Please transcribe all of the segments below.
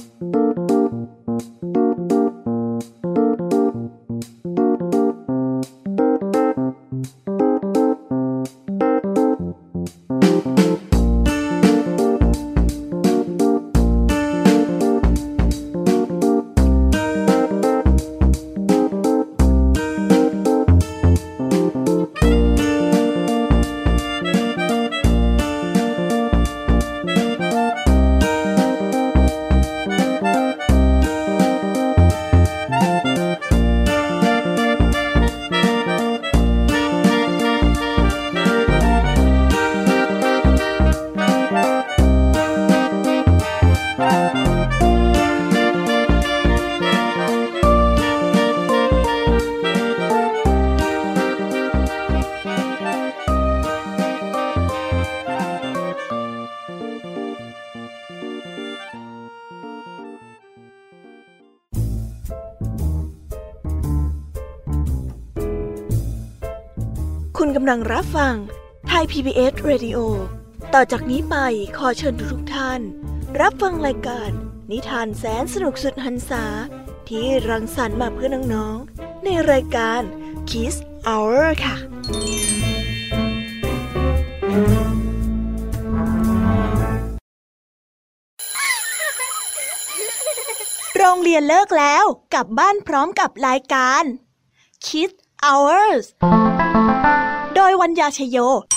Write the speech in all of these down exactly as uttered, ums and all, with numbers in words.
คุณกำลังรับฟังไทย พี บี เอส Radio ต่อจากนี้ไปขอเชิญทุกท่านรับฟังรายการนิทานแสนสนุกสุดหรรษาที่รังสรรค์มาเพื่อน้องๆในรายการ Kids Hour ค่ะโรงเรียนเลิกแล้วกลับบ้านพร้อมกับรายการ Kids Hoursโดยวัญญาชโย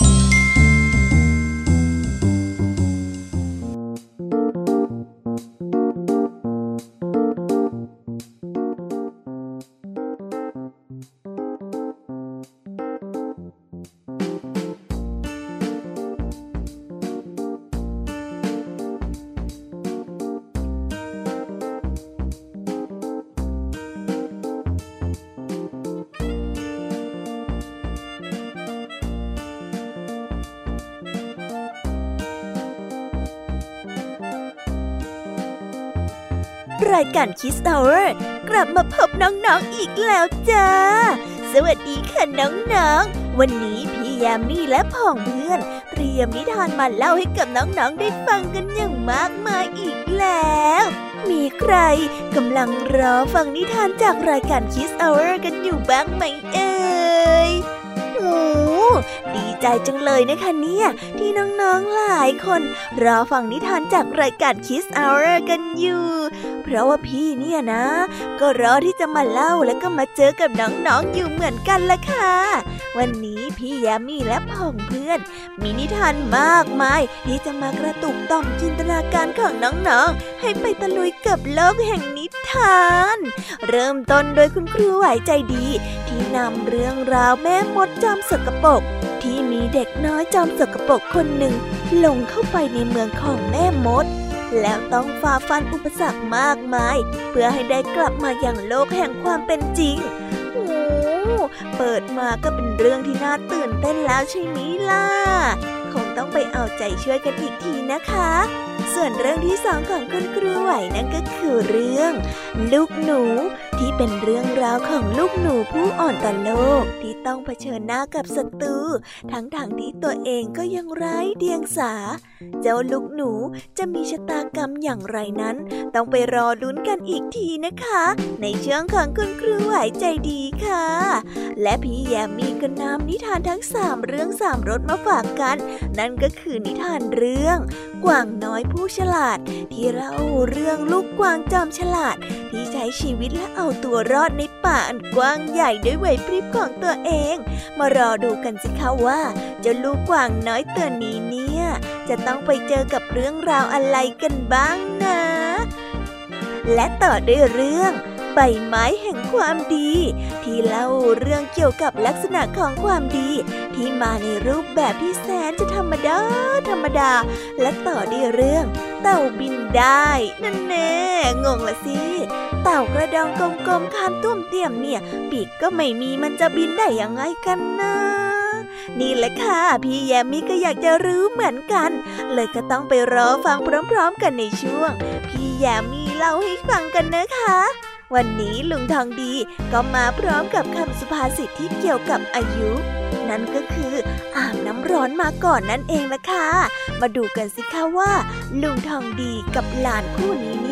รายการ Kids Hour กลับมาพบน้องๆอีกแล้วจ้าสวัสดีค่ะน้องๆวันนี้พี่ยามีและพ่องเพื่อนเตรียมนิทานมาเล่าให้กับน้องๆได้ฟังกันอย่างมากมายอีกแล้วมีใครกำลังรอฟังนิทานจากรายการ Kids Hour กันอยู่บ้างไหมเอ่ยโอ้ดีใจจังเลยนะคะเนี่ยที่น้องๆหลายคนรอฟังนิทานจากรายการ Kids Hour กันอยู่เพราะว่าพี่เนี่ยนะก็รอที่จะมาเล่าและก็มาเจอกับน้องๆอยู่เหมือนกันละค่ะวันนี้พี่ยามีและพ่องเพื่อนมีนิทานมากมายที่จะมากระตุกต่อมจินตนาการของน้องๆให้ไปตะลุยกับโลกแห่งนิทานเริ่มต้นโดยคุณครูไหวใจดีที่นำเรื่องราวแม่มดจอมสกปรกที่มีเด็กน้อยจอมสกปรกคนหนึ่งหลงเข้าไปในเมืองของแม่มดแล้วต้องฝ่าฟันอุปสรรคมากมายเพื่อให้ได้กลับมายังโลกแห่งความเป็นจริงโอ้เปิดมาก็เป็นเรื่องที่น่าตื่นเต้นแล้วใช่ไหมล่ะคงต้องไปเอาใจช่วยกันอีกทีนะคะส่วนเรื่องที่สองของคุณครูไหวนั่นก็คือเรื่องลูกหนูที่เป็นเรื่องราวของลูกหนูผู้อ่อนต่อโลกที่ต้องเผชิญหน้ากับศัตรูทั้งๆที่ตัวเองก็ยังไร้เดียงสาเจ้าลูกหนูจะมีชะตากรรมอย่างไรนั้นต้องไปรอลุ้นกันอีกทีนะคะในช่วงของคุณครูไหวใจดีค่ะและพี่แยมมีก็นำนิทานทั้งสามเรื่องสามรสมาฝากกันนั่นก็คือนิทานเรื่องกวางน้อยผู้ฉลาดที่เล่าเรื่องลูกกวางจอมฉลาดที่ใช้ชีวิตและเอาตัวรอดในป่าอันกว้างใหญ่ด้วยไหวพริบของตัวเองมารอดูกันสิคะว่าเจ้าลูกกวางน้อยตัวนี้เนี่ยจะต้องไปเจอกับเรื่องราวอะไรกันบ้างนะและต่อด้วยเรื่องใบไม้แห่งความดีที่เล่าเรื่องเกี่ยวกับลักษณะของความดีที่มาในรูปแบบที่แสนจะธรรมดาธรรมดาและต่อด้วยเรื่องเต่าบินได้นั่นแน่งงละสิเต่ากระดองกลมๆคานตุ้มเตี่ยมเนี่ยปีกก็ไม่มีมันจะบินได้ยังไงกันนะนี่แหละค่ะพี่แยมมี่ก็อยากจะรู้เหมือนกันเลยก็ต้องไปรอฟังพร้อมๆกันในช่วงพี่แยมมี่เล่าให้ฟังกันนะคะวันนี้ลุงทองดีก็มาพร้อมกับคำสุภาษิตที่เกี่ยวกับอายุนั่นก็คืออาบน้ำร้อนมาก่อนนั่นเองล่ะค่ะมาดูกันสิคะว่าลุงทองดีกับหลานคู่นี้เนี่ย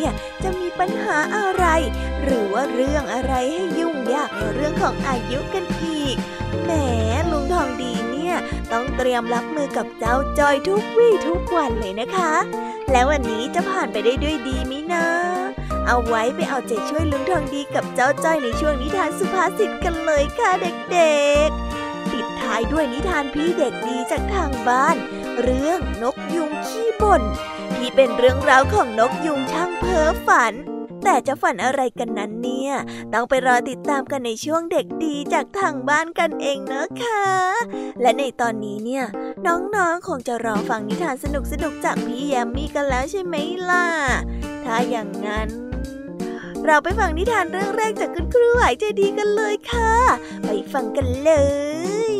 เนี่ยจะมีปัญหาอะไรหรือว่าเรื่องอะไรให้ยุ่งยากในเรื่องของอายุกันอีกแหมลุงทองดีเนี่ยต้องเตรียมรับมือกับเจ้าจ้อยทุกวี่ทุกวันเลยนะคะแล้ววันนี้จะผ่านไปได้ด้วยดีมั้ยนะเอาไว้ไปเอาใจช่วยลุงทองดีกับเจ้าจ้อยในช่วงนิทานสุภาษิตกันเลยค่ะเด็กๆปิดท้ายด้วยนิทานพี่เด็กดีจากทางบ้านเรื่องนกยุงขี้บ่นที่เป็นเรื่องราวของนกยุงช่างเพ้อฝันแต่จะฝันอะไรกันนั้นเนี่ยต้องไปรอติดตามกันในช่วงเด็กดีจากทางบ้านกันเองนะคะและในตอนนี้เนี่ยน้องๆคงจะรอฟังนิทานสนุกๆจากพี่แยมมี่กันแล้วใช่ไหมล่ะถ้าอย่างนั้นเราไปฟังนิทานเรื่องแรกจากคุณครูไหวใจดีกันเลยค่ะไปฟังกันเลย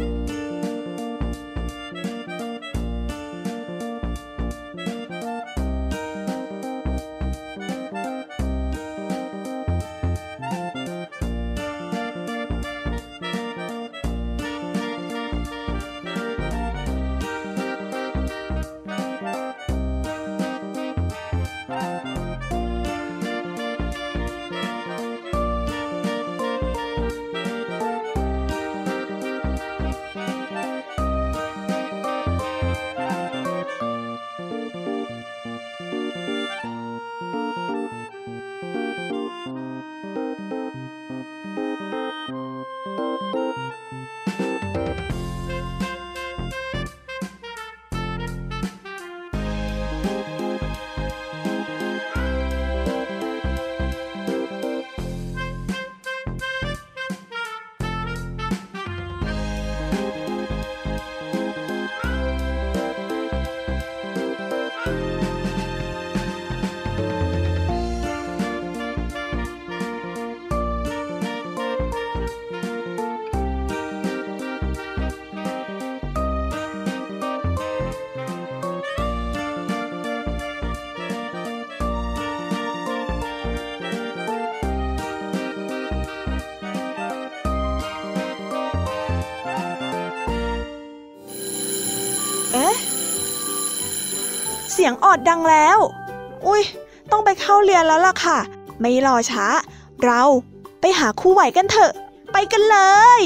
เสียงออดดังแล้วอุ๊ยต้องไปเข้าเรียนแล้วล่ะค่ะไม่รอช้าเราไปหาครูไหวกันเถอะไปกันเลย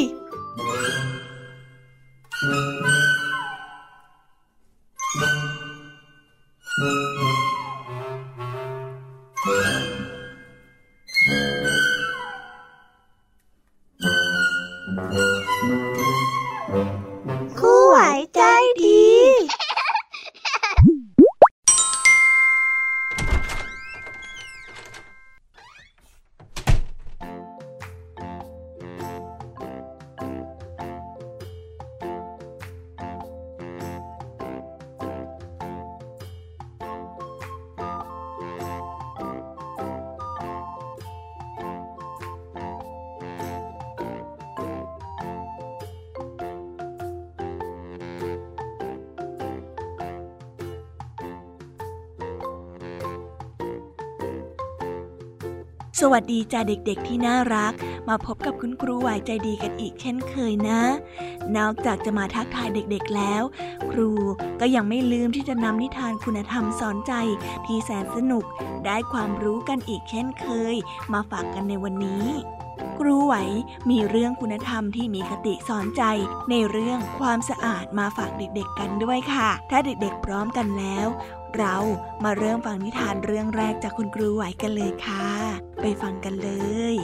ครูไหวใจดีสวัสดีจ้าเด็กๆที่น่ารักมาพบกับคุณครูไหวใจดีกันอีกเช่นเคยนะนอกจากจะมาทักทายเด็กๆแล้วครูก็ยังไม่ลืมที่จะนำนิทานคุณธรรมสอนใจที่แสนสนุกได้ความรู้กันอีกเช่นเคยมาฝากกันในวันนี้ครูไหวมีเรื่องคุณธรรมที่มีคติสอนใจในเรื่องความสะอาดมาฝากเด็กๆกันด้วยค่ะถ้าเด็กๆพร้อมกันแล้วเรามาเริ่มฟังนิทานเรื่องแรกจากคุณครูไหวกันเลยค่ะไปฟังกันเลย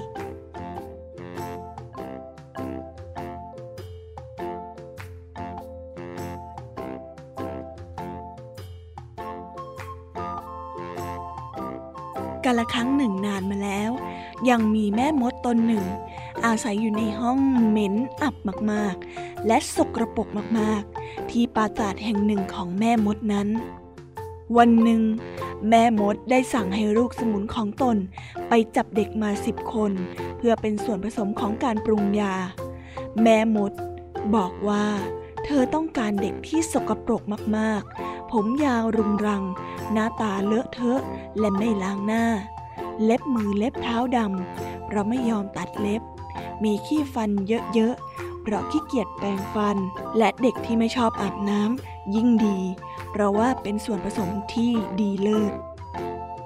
กาลครั้งหนึ่งนานมาแล้วยังมีแม่มดตนหนึ่งอาศัยอยู่ในห้องเหม็นอับมากๆและสกปรกมากๆที่ปราสาทแห่งหนึ่งของแม่มดนั้นวันหนึ่งแม่มดได้สั่งให้ลูกสมุนของตนไปจับเด็กมาสิบคนเพื่อเป็นส่วนผสมของการปรุงยาแม่มดบอกว่าเธอต้องการเด็กที่สกปรกมากๆผมยาวรุงรังหน้าตาเลอะเทอะและไม่ล้างหน้าเล็บมือเล็บเท้าดำเพราะไม่ยอมตัดเล็บมีขี้ฟันเยอะๆเพราะขี้เกียจแปรงฟันและเด็กที่ไม่ชอบอาบน้ำยิ่งดีเพราะว่าเป็นส่วนผสมที่ดีเลิศ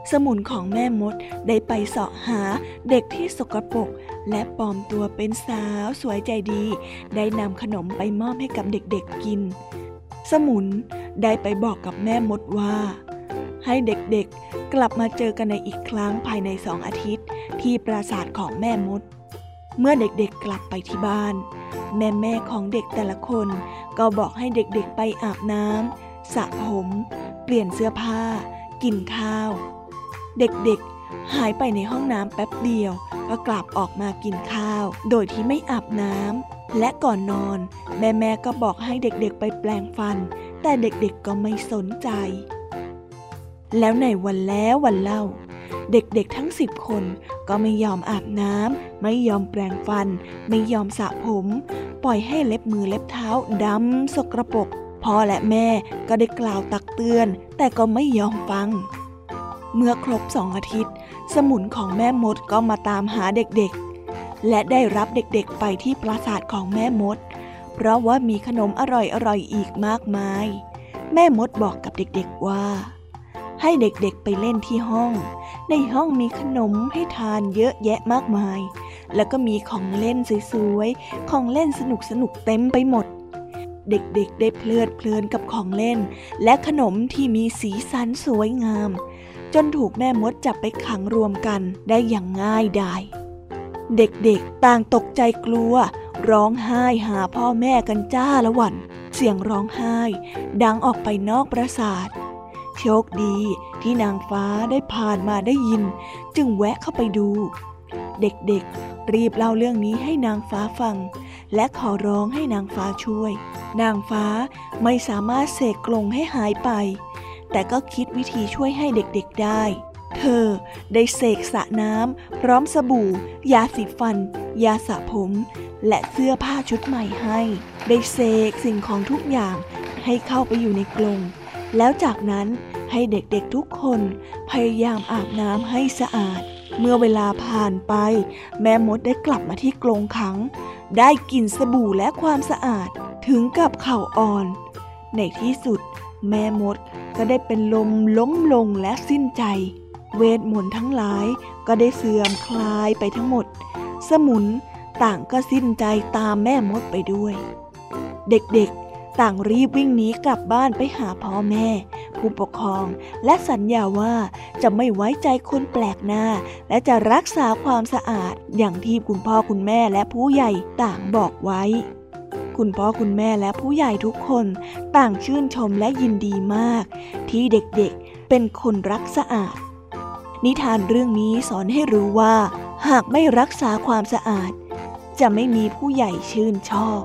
สมุนของแม่มดได้ไปเสาะหาเด็กที่สกปรกและปลอมตัวเป็นสาวสวยใจดีได้นำขนมไปมอบให้กับเด็กๆกินสมุนได้ไปบอกกับแม่มดว่าให้เด็กๆกลับมาเจอกันในอีกครั้งภายในสองอาทิตย์ที่ปราสาทของแม่มดเมื่อเด็กๆกลับไปที่บ้านแม่ๆของเด็กแต่ละคนก็บอกให้เด็กๆไปอาบน้ำสระผมเปลี่ยนเสื้อผ้ากินข้าวเด็กๆหายไปในห้องน้ำแป๊บเดียวก็กลับออกมากินข้าวโดยที่ไม่อาบน้ำและก่อนนอนแม่ๆก็บอกให้เด็กๆไปแปรงฟันแต่เด็กๆก็ไม่สนใจแล้วในวันแล้ววันเล่าเด็กๆทั้งสิบคนก็ไม่ยอมอาบน้ำไม่ยอมแปรงฟันไม่ยอมสระผมปล่อยให้เล็บมือเล็บเท้าดำสกปรกพ่อและแม่ก็ได้กล่าวตักเตือนแต่ก็ไม่ยอมฟังเมื่อครบสองอาทิตย์สมุนของแม่มดก็มาตามหาเด็กๆและได้รับเด็กๆไปที่ปราสาทของแม่มดเพราะว่ามีขนมอร่อยๆอีกมากมายแม่มดบอกกับเด็กๆว่าให้เด็กๆไปเล่นที่ห้องในห้องมีขนมให้ทานเยอะแยะมากมายแล้วก็มีของเล่นสวยๆของเล่นสนุกๆเต็มไปหมดเด็กๆได้เพลิดเพลินกับของเล่นและขนมที่มีสีสันสวยงามจนถูกแม่มดจับไปขังรวมกันได้อย่างง่ายดายเด็กๆต่างตกใจกลัวร้องไห้หาพ่อแม่กันจ้าละวันเสียงร้องไห้ดังออกไปนอกปราสาทโชคดีที่นางฟ้าได้ผ่านมาได้ยินจึงแวะเข้าไปดูเด็กๆรีบเล่าเรื่องนี้ให้นางฟ้าฟังและขอร้องให้นางฟ้าช่วยนางฟ้าไม่สามารถเสกกลงให้หายไปแต่ก็คิดวิธีช่วยให้เด็กๆได้เธอได้เสกสระน้ำพร้อมสบู่ยาสีฟันยาสระผมและเสื้อผ้าชุดใหม่ให้ได้เสกสิ่งของทุกอย่างให้เข้าไปอยู่ในกลงแล้วจากนั้นให้เด็กๆทุกคนพยายามอาบน้ำให้สะอาดเมื่อเวลาผ่านไปแม่มดได้กลับมาที่กรงขังได้กลิ่นสบู่และความสะอาดถึงกับเข่าอ่อนในที่สุดแม่มดก็ได้เป็นลมล้มลงและสิ้นใจเวทมนต์ทั้งหลายก็ได้เสื่อมคลายไปทั้งหมดสมุนต่างก็สิ้นใจตามแม่มดไปด้วยเด็กๆต่างรีบวิ่งหนีกลับบ้านไปหาพ่อแม่ผู้ปกครองและสัญญาว่าจะไม่ไว้ใจคนแปลกหน้าและจะรักษาความสะอาดอย่างที่คุณพ่อคุณแม่และผู้ใหญ่ต่างบอกไว้คุณพ่อคุณแม่และผู้ใหญ่ทุกคนต่างชื่นชมและยินดีมากที่เด็กๆเป็นคนรักสะอาดนิทานเรื่องนี้สอนให้รู้ว่าหากไม่รักษาความสะอาดจะไม่มีผู้ใหญ่ชื่นชอบ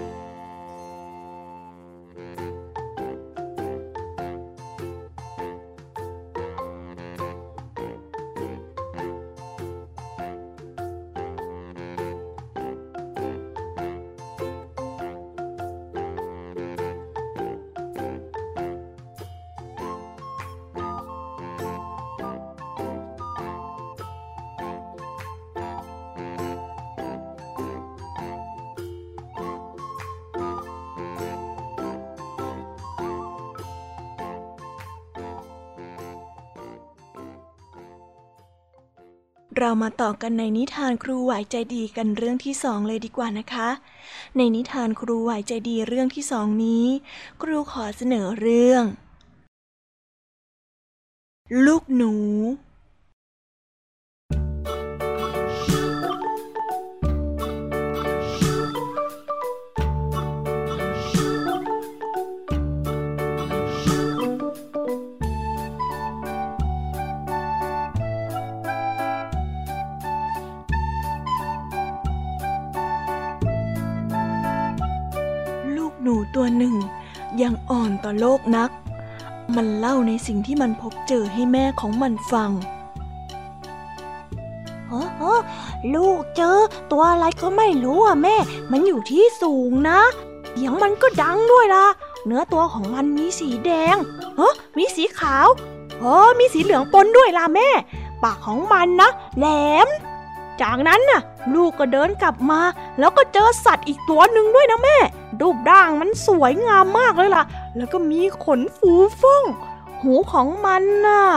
เรามาต่อกันในนิทานครูไหวใจดีกันเรื่องที่สองเลยดีกว่านะคะในนิทานครูไหวใจดีเรื่องที่สองนี้ครูขอเสนอเรื่องลูกหนูหนูตัวหนึ่งยังอ่อนต่อโลกนักมันเล่าในสิ่งที่มันพบเจอให้แม่ของมันฟังเฮ้อลูกเจอตัวอะไรก็ไม่รู้อ่ะแม่มันอยู่ที่สูงนะเสียงมันก็ดังด้วยล่ะเนื้อตัวของมันมีสีแดงเฮ้อมีสีขาวเฮ้อมีสีเหลืองปนด้วยล่ะแม่ปากของมันนะแหลมจากนั้นน่ะลูกก็เดินกลับมาแล้วก็เจอสัตว์อีกตัวหนึ่งด้วยนะแม่รูปร่างมันสวยงามมากเลยล่ะแล้วก็มีขนฟูฟ่องหูของมันน่ะ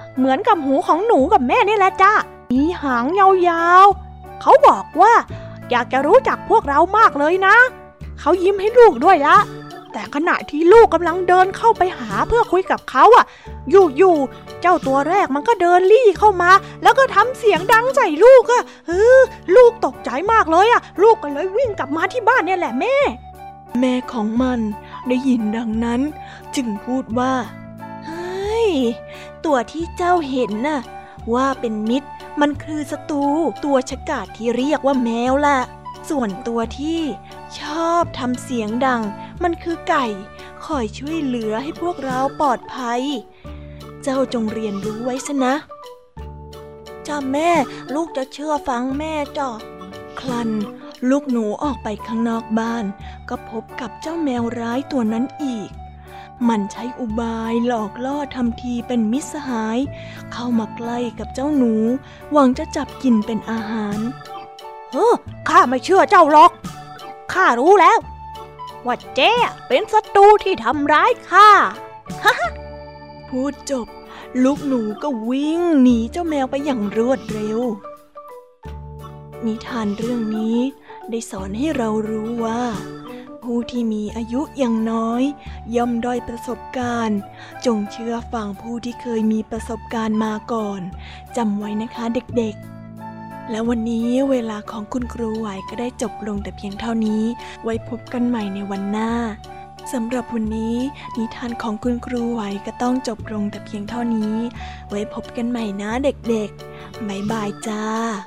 เหมือนกับหูของหนูกับแม่นี่แหละจ้ามีหางยาวๆเขาบอกว่าอยากจะรู้จักพวกเรามากเลยนะเขายิ้มให้ลูกด้วยละแต่ขณะที่ลูกกำลังเดินเข้าไปหาเพื่อคุยกับเขาอ่ะอยู่ๆเจ้าตัวแรกมันก็เดินลี่เข้ามาแล้วก็ทำเสียงดังใส่ลูกอ่ะเออลูกตกใจมากเลยอ่ะลูกก็เลยวิ่งกลับมาที่บ้านเนี่ยแหละแม่แม่ของมันได้ยินดังนั้นจึงพูดว่าเฮ้ยตัวที่เจ้าเห็นน่ะว่าเป็นมิตรมันคือศัตรูตัวฉกาจที่เรียกว่าแมวล่ะส่วนตัวที่ชอบทำเสียงดังมันคือไก่คอยช่วยเหลือให้พวกเราปลอดภัยเจ้าจงเรียนรู้ไว้ซะนะจ้าแม่ลูกจะเชื่อฟังแม่จ้ะคลันลูกหนูออกไปข้างนอกบ้านก็พบกับเจ้าแมวร้ายตัวนั้นอีกมันใช้อุบายหลอกล่อทำทีเป็นมิตรสหายเข้ามาใกล้กับเจ้าหนูหวังจะจับกินเป็นอาหารเฮ้อข้าไม่เชื่อเจ้าหรอกข้ารู้แล้วว่าเจ๊เป็นศัตรูที่ทำร้ายข้าฮ่าพูดจบลูกหนูก็วิ่งหนีเจ้าแมวไปอย่างรวดเร็วนิทานเรื่องนี้ได้สอนให้เรารู้ว่าผู้ที่มีอายุยังน้อยย่อมด้อยประสบการณ์จงเชื่อฟังผู้ที่เคยมีประสบการณ์มาก่อนจำไว้นะคะเด็กๆและวันนี้เวลาของคุณครูไหวก็ได้จบลงแต่เพียงเท่านี้ไว้พบกันใหม่ในวันหน้าสำหรับวันนี้นิทานของคุณครูไหวก็ต้องจบลงแต่เพียงเท่านี้ไว้พบกันใหม่นะเด็กๆบ๊ายบายจ้า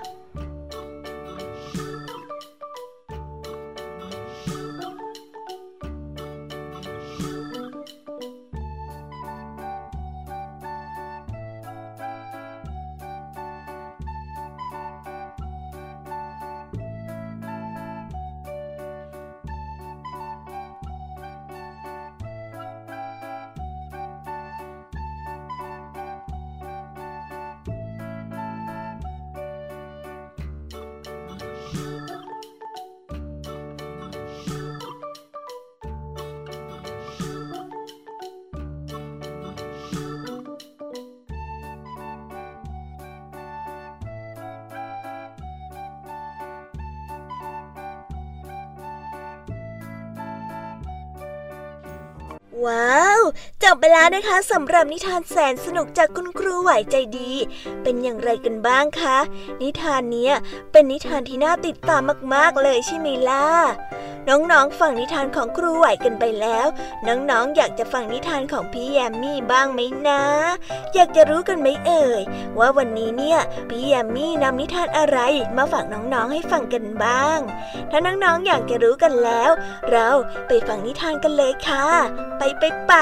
ว้าวจบไปแล้วนะคะสำหรับนิทานแสนสนุกจากคุณครูไหวใจดีเป็นอย่างไรกันบ้างคะนิทานเนี้ยเป็นนิทานที่น่าติดตามมากๆเลยใช่ไหมล่ะน้องๆฟังนิทานของครูไหวกันไปแล้วน้องๆอยากจะฟังนิทานของพี่แยมมี่บ้างไหมนะอยากจะรู้กันไหมเอ่ยว่าวันนี้เนี่ยพี่แยมมี่นำนิทานอะไรมาฝากน้องๆให้ฟังกันบ้างถ้าน้องๆอยากจะรู้กันแล้วเราไปฟังนิทานกันเลยค่ะไปไปไป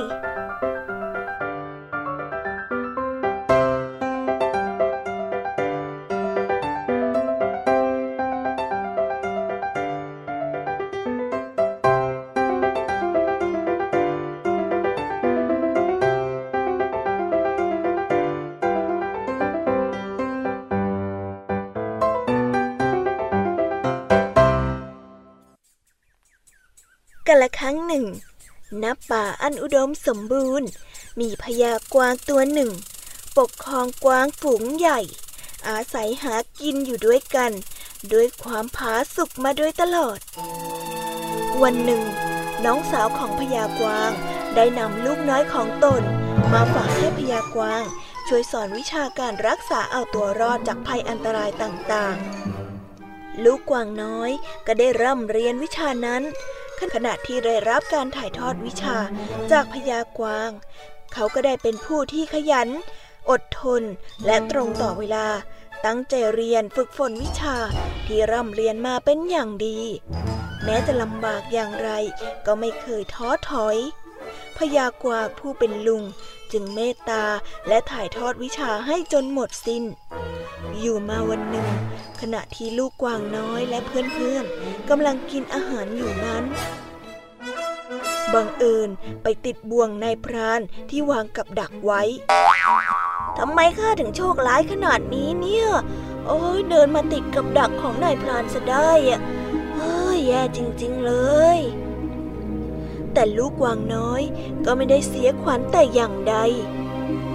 กันละครั้งหนึ่งณ ป่าอันอุดมสมบูรณ์มีพญากวางตัวหนึ่งปกครองกวางฝูงใหญ่อาศัยหากินอยู่ด้วยกันด้วยความผาสุกมาโดยตลอดวันหนึ่งน้องสาวของพญากวางได้นำลูกน้อยของตนมาฝากให้พญากวางช่วยสอนวิชาการรักษาเอาตัวรอดจากภัยอันตรายต่างๆลูกกวางน้อยก็ได้ร่ำเรียนวิชานั้นขณะที่ได้รับการถ่ายทอดวิชาจากพญากวางเขาก็ได้เป็นผู้ที่ขยันอดทนและตรงต่อเวลาตั้งใจเรียนฝึกฝนวิชาที่ร่ำเรียนมาเป็นอย่างดีแม้จะลำบากอย่างไรก็ไม่เคยท้อถอยพญากวางผู้เป็นลุงจึงเมตตาและถ่ายทอดวิชาให้จนหมดสิ้นอยู่มาวันหนึ่งขณะที่ลูกกวางน้อยและเพื่อนๆกำลังกินอาหารอยู่นั้นบังเอิญไปติดบ่วงนายพรานที่วางกับดักไว้ทำไมข้าถึงโชคร้ายขนาดนี้เนี่ยโอ้ยเดินมาติดกับดักของนายพรานซะได้อ่ะเฮ้ยแย่จริงๆเลยแต่ลูกกวางน้อยก็ไม่ได้เสียขวัญแต่อย่างใด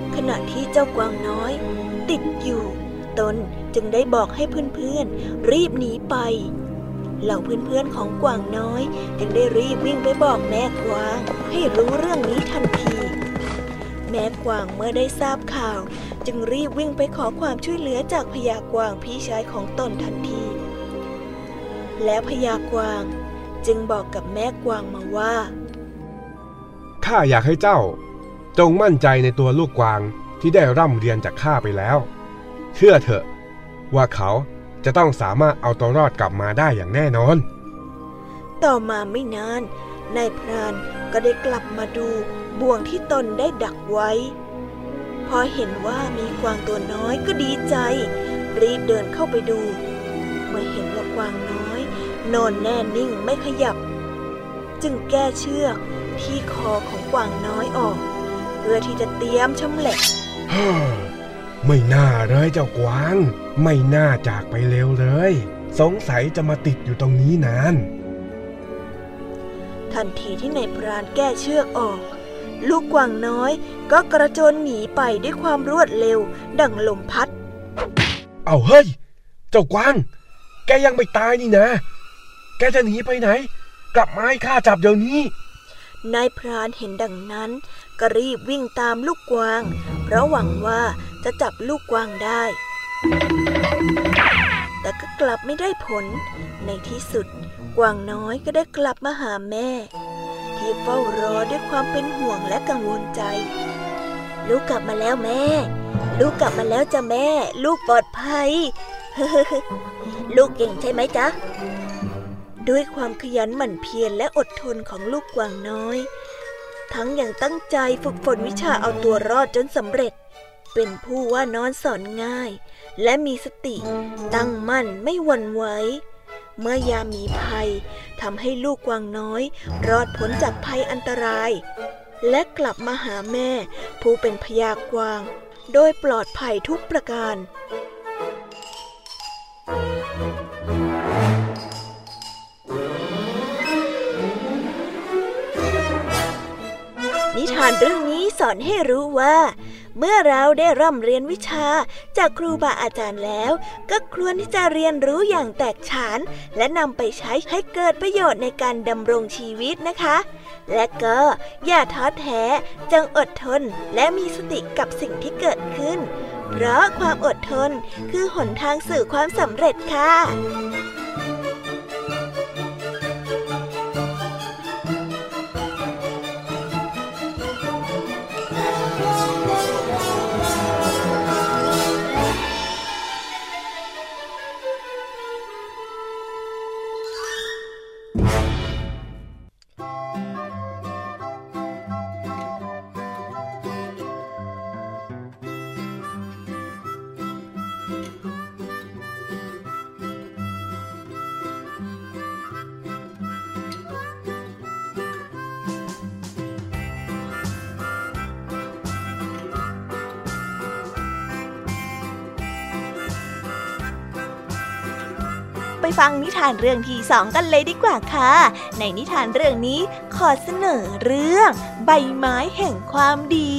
ขณะที่เจ้ากวางน้อยติดอยู่ตนจึงได้บอกให้เพื่อนๆรีบหนีไปเหล่าเพื่อนๆของกวางน้อยจึงได้รีบวิ่งไปบอกแม่กวางให้รู้เรื่องนี้ทันทีแม่กวางเมื่อได้ทราบข่าวจึงรีบวิ่งไปขอความช่วยเหลือจากพญากวางพี่ชายของตนทันทีแล้วพญากวางจึงบอกกับแม่กวางมาว่าข้าอยากให้เจ้าจงมั่นใจในตัวลูกกวางที่ได้ร่ำเรียนจากข้าไปแล้วเชื่อเถอะว่าเขาจะต้องสามารถเอาตัวรอดกลับมาได้อย่างแน่นอนต่อมาไม่นานนายพรานก็ได้กลับมาดูบ่วงที่ตนได้ดักไว้พอเห็นว่ามีกวางตัวน้อยก็ดีใจรีบเดินเข้าไปดูเมื่อเห็นว่ากวางน้อยนอนแน่นิ่งไม่ขยับจึงแก้เชือกที่คอของกวางน้อยออกเพื่อที่จะเตรียมชำแหละไม่น่าเลยเจ้ากวางไม่น่าจากไปเร็วเลยสงสัยจะมาติดอยู่ตรงนี้นานทันทีที่นายพรานแก้เชือกออกลูกกวางน้อยก็กระโจนหนีไปด้วยความรวดเร็วดังลมพัดเอาเฮ้ยเจ้ากวางแกยังไม่ตายนี่นะแกจะหนีไปไหนกลับมาให้ข้าจับเดี๋ยวนี้นายพรานเห็นดังนั้นก็รีบวิ่งตามลูกกวางเพราะหวังว่าจะจับลูกกวางได้แต่ก็กลับไม่ได้ผลในที่สุดกวางน้อยก็ได้กลับมาหาแม่ที่เฝ้ารอด้วยความเป็นห่วงและกังวลใจลูกกลับมาแล้วแม่ลูกกลับมาแล้วจ้ะแม่ลูกปลอดภัย ลูกเก่งใช่ไหมจ๊ะด้วยความขยันหมั่นเพียรและอดทนของลูกกวางน้อยทั้งยังตั้งใจฝึกฝนวิชาเอาตัวรอดจนสำเร็จเป็นผู้ว่านอนสอนง่ายและมีสติตั้งมั่นไม่หวั่นไหวเมื่อยามมีภัยทำให้ลูกกวางน้อยรอดพ้นจากภัยอันตรายและกลับมาหาแม่ผู้เป็นพญากวางโดยปลอดภัยทุกประการนิทานเรื่องนี้สอนให้รู้ว่าเมื่อเราได้ร่ำเรียนวิชาจากครูบาอาจารย์แล้วก็ควรที่จะเรียนรู้อย่างแตกฉานและนำไปใช้ให้เกิดประโยชน์ในการดำรงชีวิตนะคะและก็อย่าท้อแท้จงอดทนและมีสติกับสิ่งที่เกิดขึ้นเพราะความอดทนคือหนทางสู่ความสำเร็จค่ะไปฟังนิทานเรื่องที่สองกันเลยดีกว่าค่ะในนิทานเรื่องนี้ขอเสนอเรื่องใบไม้แห่งความดี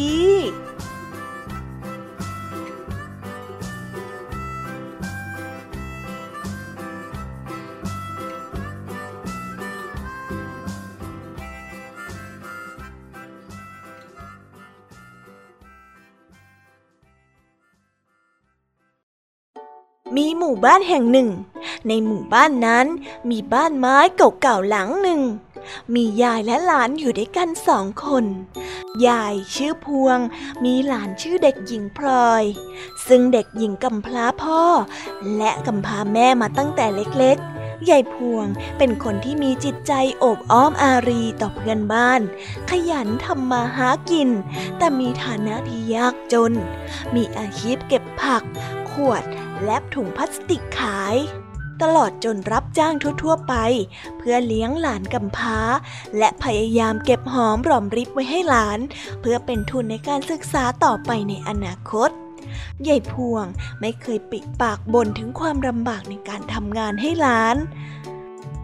มีหมู่บ้านแห่งหนึ่งในหมู่บ้านนั้นมีบ้านไม้เก่าๆหลังหนึ่งมียายและหลานอยู่ด้วยกันสองคนยายชื่อพวงมีหลานชื่อเด็กหญิงพลอยซึ่งเด็กหญิงกำพร้าพ่อและกำพร้าแม่มาตั้งแต่เล็กๆยายพวงเป็นคนที่มีจิตใจโอบอ้อมอารีต่อเพื่อนบ้านขยันทำมาหากินแต่มีฐานะที่ยากจนมีอาชีพเก็บผักขวดและถุงพลาสติกขายตลอดจนรับจ้างทั่วๆไปเพื่อเลี้ยงหลานกำพร้าและพยายามเก็บหอมรอมริบไว้ให้หลานเพื่อเป็นทุนในการศึกษาต่อไปในอนาคตยายพวงไม่เคยปิดปากบ่นถึงความลำบากในการทำงานให้หลาน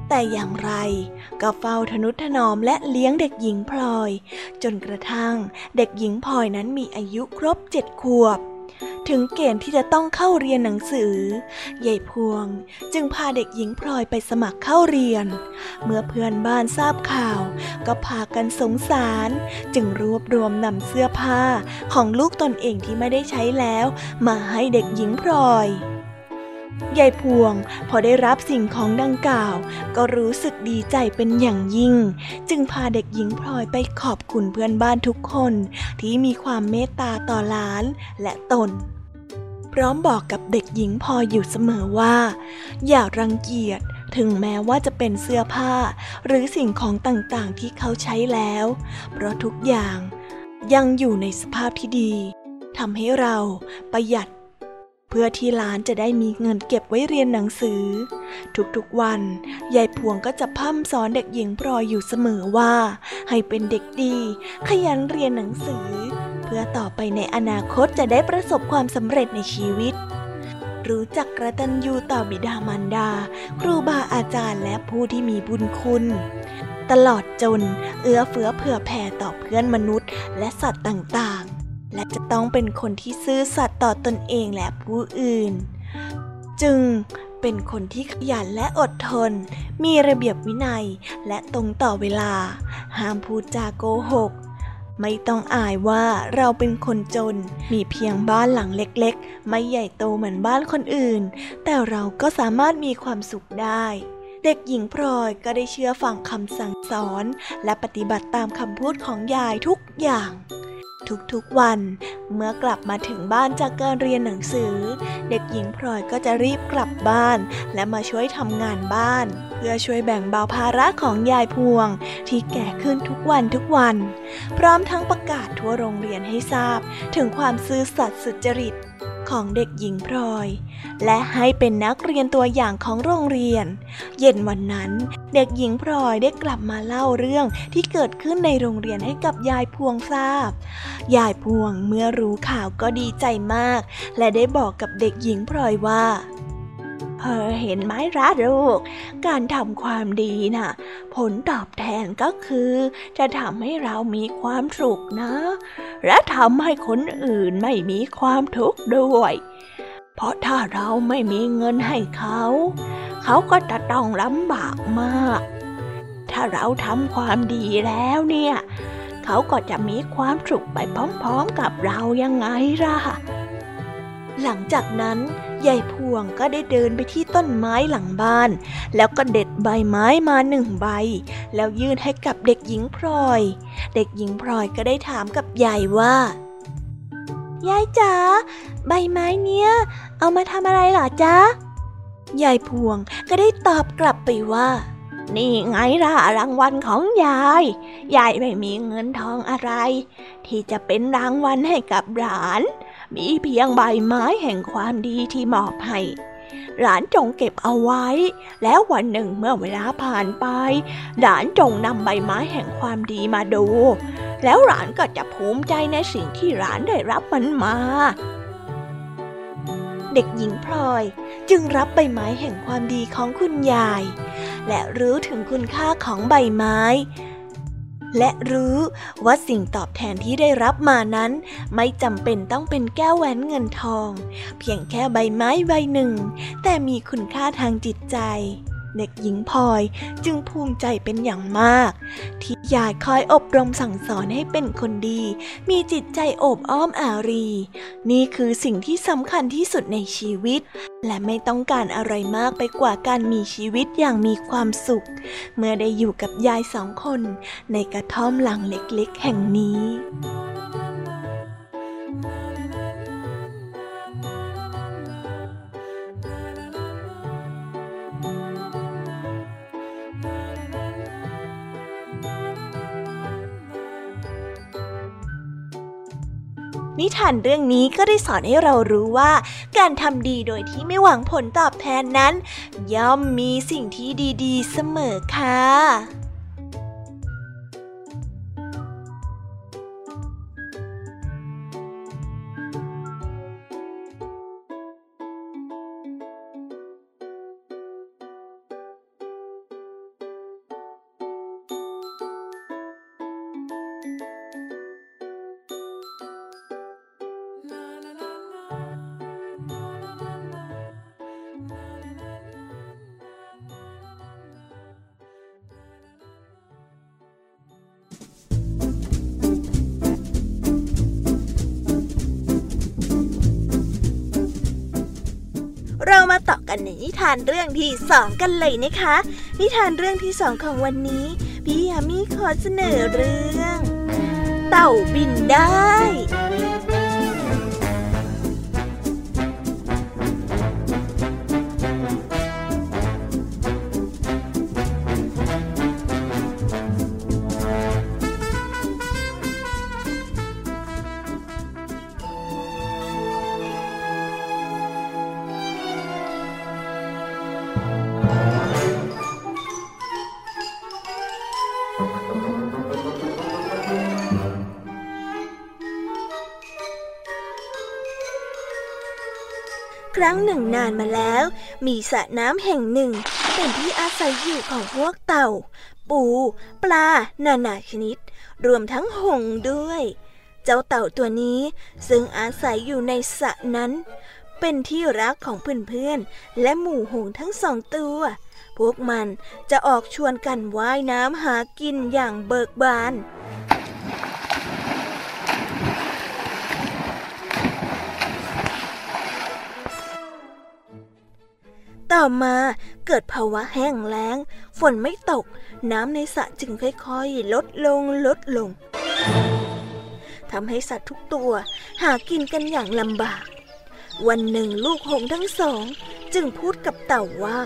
แต่อย่างไรก็เฝ้าทนุถนอมและเลี้ยงเด็กหญิงพลอยจนกระทั่งเด็กหญิงพลอยนั้นมีอายุครบเจ็ดขวบถึงเกณฑ์ที่จะต้องเข้าเรียนหนังสือยายพวงจึงพาเด็กหญิงพลอยไปสมัครเข้าเรียนเมื่อเพื่อนบ้านทราบข่าวก็พากันสงสารจึงรวบรวมนำเสื้อผ้าของลูกตนเองที่ไม่ได้ใช้แล้วมาให้เด็กหญิงพลอยยายพวงพอได้รับสิ่งของดังกล่าวก็รู้สึกดีใจเป็นอย่างยิ่งจึงพาเด็กหญิงพลอยไปขอบคุณเพื่อนบ้านทุกคนที่มีความเมตตาต่อหลานและตนพร้อมบอกกับเด็กหญิงพลอยอยู่เสมอว่าอย่ารังเกียจถึงแม้ว่าจะเป็นเสื้อผ้าหรือสิ่งของต่างๆที่เขาใช้แล้วเพราะทุกอย่างยังอยู่ในสภาพที่ดีทำให้เราประหยัดเพื่อที่หลานจะได้มีเงินเก็บไว้เรียนหนังสือทุกๆวันยายพวงก็จะพร่ำสอนเด็กหญิงพลอยอยู่เสมอว่าให้เป็นเด็กดีขยันเรียนหนังสือเพื่อต่อไปในอนาคตจะได้ประสบความสำเร็จในชีวิตรู้จักกตัญญูต่อบิดามารดาครูบาอาจารย์และผู้ที่มีบุญคุณตลอดจนเอื้อเฟื้อเผื่อแผ่ต่อเพื่อนมนุษย์และสัตว์ต่างๆและจะต้องเป็นคนที่ซื่อสัตย์ต่อตนเองและผู้อื่นจึงเป็นคนที่ขยันและอดทนมีระเบียบวินัยและตรงต่อเวลาห้ามพูดจาโกหกไม่ต้องอายว่าเราเป็นคนจนมีเพียงบ้านหลังเล็กๆไม่ใหญ่โตเหมือนบ้านคนอื่นแต่เราก็สามารถมีความสุขได้เด็กหญิงพลอยก็ได้เชื่อฟังคำสั่งสอนและปฏิบัติตามคำพูดของยายทุกอย่างทุกๆวันเมื่อกลับมาถึงบ้านจากการเรียนหนังสือเด็กหญิงพลอยก็จะรีบกลับบ้านและมาช่วยทำงานบ้านเพื่อช่วยแบ่งเบาภาระของยายพวงที่แก่ขึ้นทุกวันทุกวันพร้อมทั้งประกาศทั่วโรงเรียนให้ทราบถึงความซื่อสัตย์สุจริตของเด็กหญิงพลอยและให้เป็นนักเรียนตัวอย่างของโรงเรียนเย็นวันนั้นเด็กหญิงพลอยได้กลับมาเล่าเรื่องที่เกิดขึ้นในโรงเรียนให้กับยายพวงทราบยายพวงเมื่อรู้ข่าวก็ดีใจมากและได้บอกกับเด็กหญิงพลอยว่าเธอเห็นไหมล่ะลูกการทำความดีน่ะผลตอบแทนก็คือจะทำให้เรามีความสุขนะและทำให้คนอื่นไม่มีความทุกข์ด้วยเพราะถ้าเราไม่มีเงินให้เขาเขาก็จะต้องลำบากมากถ้าเราทำความดีแล้วเนี่ยเขาก็จะมีความสุขไปพร้อมๆกับเรายังไงล่ะหลังจากนั้นยายพวงก็ได้เดินไปที่ต้นไม้หลังบ้านแล้วก็เด็ดใบไม้มาหนึ่งใบแล้วยื่นให้กับเด็กหญิงพลอยเด็กหญิงพลอยก็ได้ถามกับยายว่ายายจ๋าใบไม้เนี้ยเอามาทำอะไรเหรอจ๊ะยายพวงก็ได้ตอบกลับไปว่านี่ไงล่ะรางวัลของยายยายไม่มีเงินทองอะไรที่จะเป็นรางวัลให้กับหลานมีเพียงใบไม้แห่งความดีที่มอบให้หลานจงเก็บเอาไว้แล้ววันหนึ่งเมื่อเวลาผ่านไปหลานจงนำใบไม้แห่งความดีมาดูแล้วหลานก็จะภูมิใจในสิ่งที่หลานได้รับมันมาเด็กหญิงพลอยจึงรับใบไม้แห่งความดีของคุณยายและรู้ถึงคุณค่าของใบไม้และรู้ว่าสิ่งตอบแทนที่ได้รับมานั้นไม่จำเป็นต้องเป็นแก้วแหวนเงินทองเพียงแค่ใบไม้ใบหนึ่งแต่มีคุณค่าทางจิตใจเด็กหญิงพลอยจึงภูมิใจเป็นอย่างมากที่ยายคอยอบรมสั่งสอนให้เป็นคนดีมีจิตใจโอบอ้อมอารีนี่คือสิ่งที่สำคัญที่สุดในชีวิตและไม่ต้องการอะไรมากไปกว่าการมีชีวิตอย่างมีความสุขเมื่อได้อยู่กับยายสองคนในกระท่อมหลังเล็กๆแห่งนี้ นิทานเรื่องนี้ก็ได้สอนให้เรารู้ว่าการทำดีโดยที่ไม่หวังผลตอบแทนนั้นย่อมมีสิ่งที่ดีๆเสมอค่ะกันในนิทานเรื่องที่สองกันเลยนะคะนิทานเรื่องที่สองของวันนี้พี่ยามีขอเสนอเรื่องเต่าบินได้ครั้งหนึ่งนานมาแล้วมีสระน้ำแห่งหนึ่งเป็นที่อาศัยอยู่ของพวกเต่าปูปลานานาชนิดรวมทั้งหงส์ด้วยเจ้าเต่าตัวนี้ซึ่งอาศัยอยู่ในสระนั้นเป็นที่รักของเพื่อนๆและหมู่หงส์ทั้งสองตัวพวกมันจะออกชวนกันว่ายน้ำหากินอย่างเบิกบานต่อมาเกิดภาวะแห้งแล้งฝนไม่ตกน้ำในสระจึงค่อยๆลดลงลดลงทำให้สัตว์ทุกตัวหากินกันอย่างลำบากวันหนึ่งลูกหงส์ทั้งสองจึงพูดกับเต่าว่า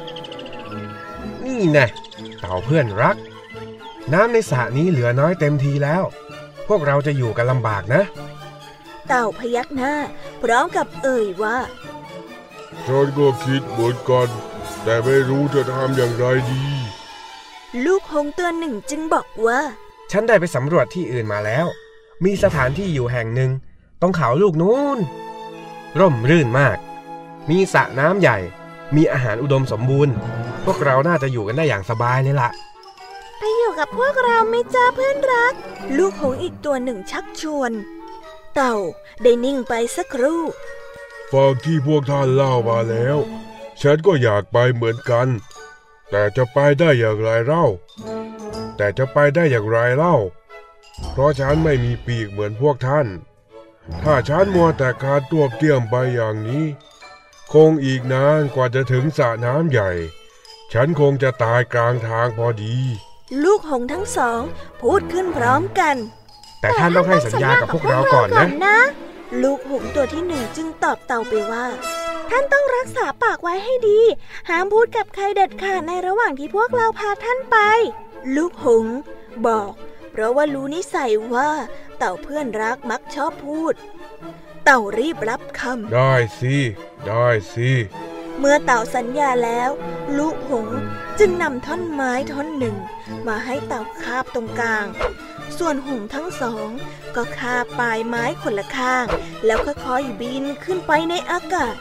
นี่นะเต่าเพื่อนรักน้ำในสระนี้เหลือน้อยเต็มทีแล้วพวกเราจะอยู่กันลำบากนะเต่าพยักหน้าพร้อมกับเอ่ยว่าฉันก็คิดเหมือนกันแต่ไม่รู้จะทำอย่างไรดีลูกหงส์ตัวหนึ่งจึงบอกว่าฉันได้ไปสำรวจที่อื่นมาแล้วมีสถานที่อยู่แห่งหนึ่งตรงเขาลูกนู้นร่มรื่นมากมีสระน้ำใหญ่มีอาหารอุดมสมบูรณ์พวกเราน่าจะอยู่กันได้อย่างสบายเลยล่ะไปอยู่กับพวกเราไหมจ้าเพื่อนรักลูกหงส์อีกตัวหนึ่งชักชวนเต่าได้นิ่งไปสักครู่ฟังที่พวกท่านเล่ามาแล้วฉันก็อยากไปเหมือนกันแต่จะไปได้อย่างไรเล่าแต่จะไปได้อย่างไรเล่าเพราะฉันไม่มีปีกเหมือนพวกท่านถ้าฉันมัวแต่คลานตัวเตี้ยมไปอย่างนี้คงอีกนานกว่าจะถึงสระน้ำใหญ่ฉันคงจะตายกลางทางพอดีลูกหงส์ทั้งสองพูดขึ้นพร้อมกันแต่ท่านต้องให้สัญญากับพวกเราก่อนนะลูกหงส์ตัวที่หนึ่งจึงตอบเต่าไปว่าท่านต้องรักษาปากไว้ให้ดีห้ามพูดกับใครเด็ดขาดในระหว่างที่พวกเราพาท่านไปลูกหงส์บอกเพราะว่ารู้นิสัยว่าเต่าเพื่อนรักมักชอบพูดเต่ารีบรับคำได้สิได้สิเมื่อเต่าสัญญาแล้วลูกหงส์จึงนำท่อนไม้ท่อนหนึ่งมาให้เต่าคาบตรงกลางส่วนหงส์ทั้งสองก็คาบปลายไม้คนละข้างแล้วค่อยๆบินขึ้นไปในอากาศ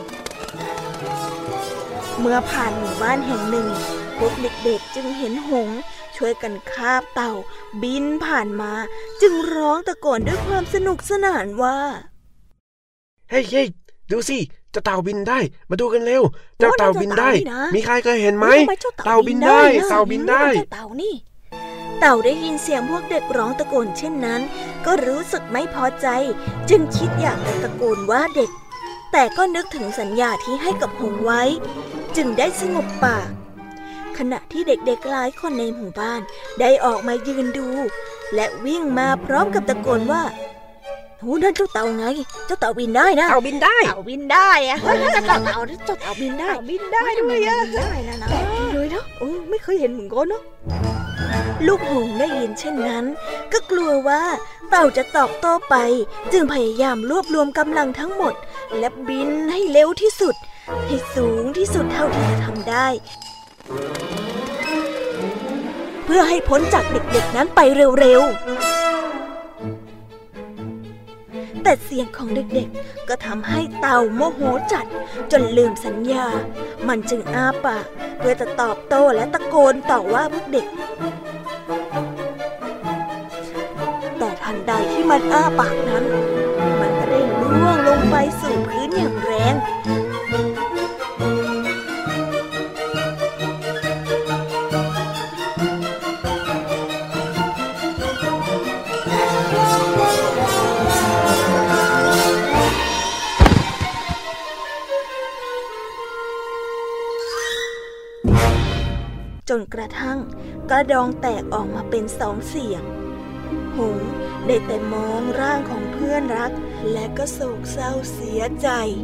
เมื่อผ่านหมู่บ้านแห่งหนึ่งพวกเด็กๆจึงเห็นหงส์ช่วยกันคาบเต่าบินผ่านมาจึงร้องตะโกนด้วยความสนุกสนานว่าเฮ้ยเฮ้ยดูสิเจ้าเต่าบินได้มาดูกันเร็วเจ้าเต่าบินได้มีใครเคยเห็นไหมเต่าบินได้เต่าบินได้เต่านี่เต่าได้ยินเสียงพวกเด็กร้องตะโกนเช่นนั้นก็รู้สึกไม่พอใจจึงคิดอยากจะตะโกนว่าเด็กแต่ก็นึกถึงสัญญาที่ให้กับหงส์ไว้จึงได้สงบปากขณะที่เด็กๆหลายคนในหมู่บ้านได้ออกมายืนดูและวิ่งมาพร้อมกับตะโกนว่าโอ้นั่นเจ้าเต่าไงเจ้าเต่าบินได้นะเต่าบินได้เต่าบินได้อะเจ้าเต่าเจ้าเต่าบินได้บินได้ด้วยอะได้นะนะเลยเนาะโอ้ไม่เคยเห็นเหมือนกันเนาะลูกหงส์ได้ยินเช่นนั้นก็กลัวว่าเต่าจะตอบโต้ไปจึงพยายามรวบรวมกำลังทั้งหมดและบินให้เร็วที่สุดให้สูงที่สุดเท่าที่จะทำได้เพื่อให้พ้นจากเด็กๆนั้นไปเร็วๆแต่เสียงของเด็กๆก็ทำให้เต่าโมโหจัดจนลืมสัญญามันจึงอ้าปากเพื่อจะตอบโต้และตะโกนต่อว่าพวกเด็กแต่ทันใดที่มันอ้าปากนั้นมันก็ได้ล่วงลงไปสู่พื้นอย่างแรงจนกระทั่งกระดองแตกออกมาเป็นสองเสียงหงส์ได้แต่มองร่างของเพื่อนรักและก็โศกเศร้าเสียใจ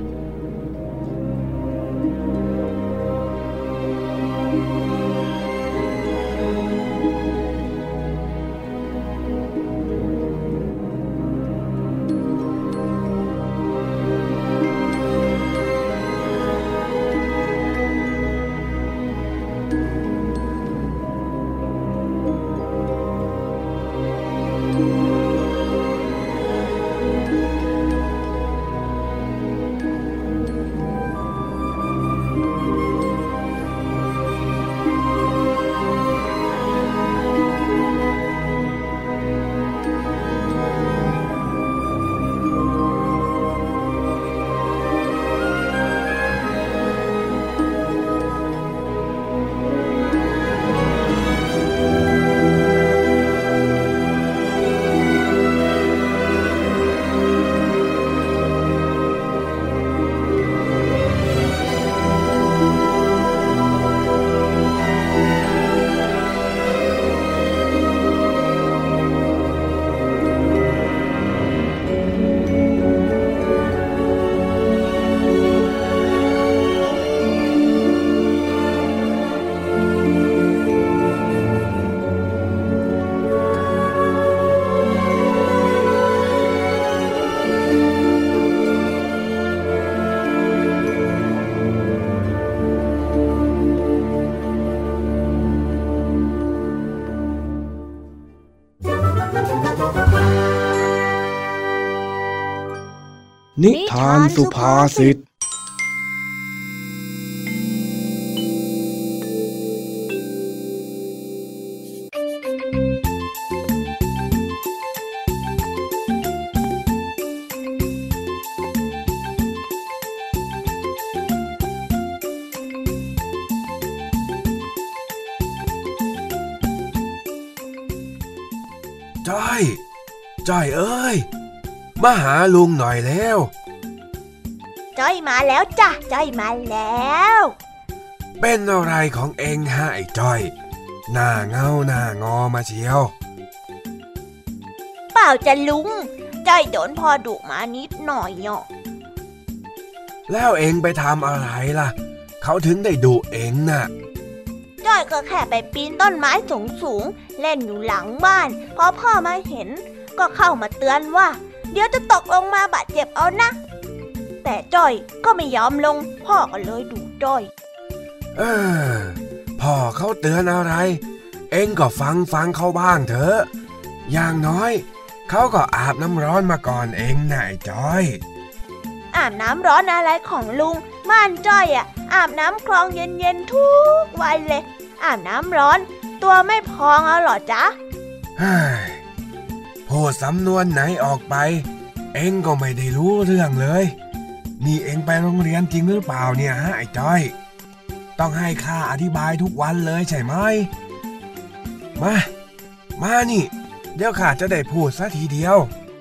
นิทานสุภาษิตจ้อยจ้อยเอ้ยมาหาลุงหน่อยแล้วจ้อยมาแล้วจ้ะจ้อยมาแล้วเป็นอะไรของเองฮะไอ้จ้อยหน้าเงาหน้างอมาเชียวเปล่าจ้ะลุงจ้อยโดนพ่อดุมานิดหน่อยเนาะแล้วเองไปทำอะไรล่ะเขาถึงได้ดุเองน่ะจ้อยก็แค่ไปปีนต้นไม้สูงๆเล่นอยู่หลังบ้านพอพ่อมาเห็นก็เข้ามาเตือนว่าเดี๋ยวจะตกลงมาบาดเจ็บเอานะแต่จ้อยก็ไม่ยอมลงพ่อก็เลยดุจ้อยเออพ่อเขาเตือนอะไรเอ็งก็ฟังฟังเขาบ้างเถอะอย่างน้อยเขาก็อาบน้ำร้อนมาก่อนเองนะไอ้จ้อยอาบน้ำร้อนอะไรของลุงบ้านจ้อยอ่ะอาบน้ำคลองเย็นๆทุกวันเลยอาบน้ำร้อนตัวไม่พองเอาหรอจ๊ะเฮ้ยพูดสำนวนไหนออกไปเอ็งก็ไม่ได้รู้เรื่องเลยนี่เอ็งไปโรงเรียนจริงหรือเปล่าเนี่ยฮะไอ้จ้อยต้องให้ข้าอธิบายทุกวันเลยใช่ไหมมามานี่เดี๋ยวข้าจะได้พูดซะทีเดียว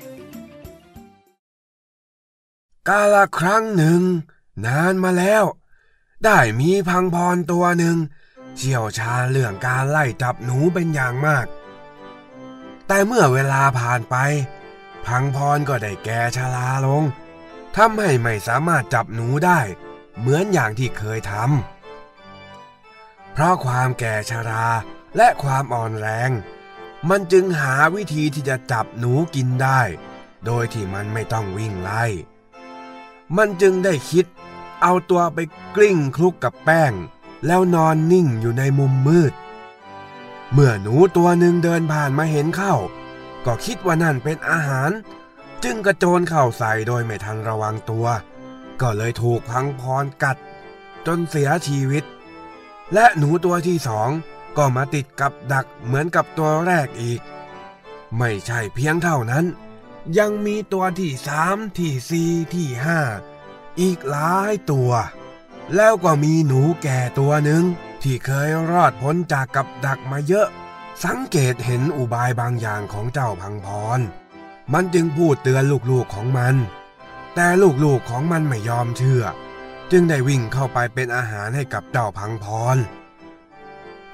กาลครั้งหนึ่งนานมาแล้วได้มีพังพรตัวหนึ่งเชี่ยวชาญเรื่องการไล่จับหนูเป็นอย่างมากแต่เมื่อเวลาผ่านไปพังพรก็ได้แก่ชราลงทำให้ไม่สามารถจับหนูได้เหมือนอย่างที่เคยทำเพราะความแก่ชราและความอ่อนแรงมันจึงหาวิธีที่จะจับหนูกินได้โดยที่มันไม่ต้องวิ่งไล่มันจึงได้คิดเอาตัวไปกลิ้งคลุกกับแป้งแล้วนอนนิ่งอยู่ในมุมมืดเมื่อหนูตัวหนึ่งเดินผ่านมาเห็นเข้าก็คิดว่านั่นเป็นอาหารจึงกระโจนเข้าใส่โดยไม่ทันระวังตัวก็เลยถูกพังพรกัดจนเสียชีวิตและหนูตัวที่สองก็มาติดกับดักเหมือนกับตัวแรกอีกไม่ใช่เพียงเท่านั้นยังมีตัวที่สามที่สี่ที่ห้าอีกหลายตัวแล้วก็มีหนูแก่ตัวหนึ่งที่เคยรอดพ้นจากกับดักมาเยอะสังเกตเห็นอุบายบางอย่างของเจ้าพังพรมันจึงพูดเตือนลูกๆของมันแต่ลูกๆของมันไม่ยอมเชื่อจึงได้วิ่งเข้าไปเป็นอาหารให้กับเจ้าพังพร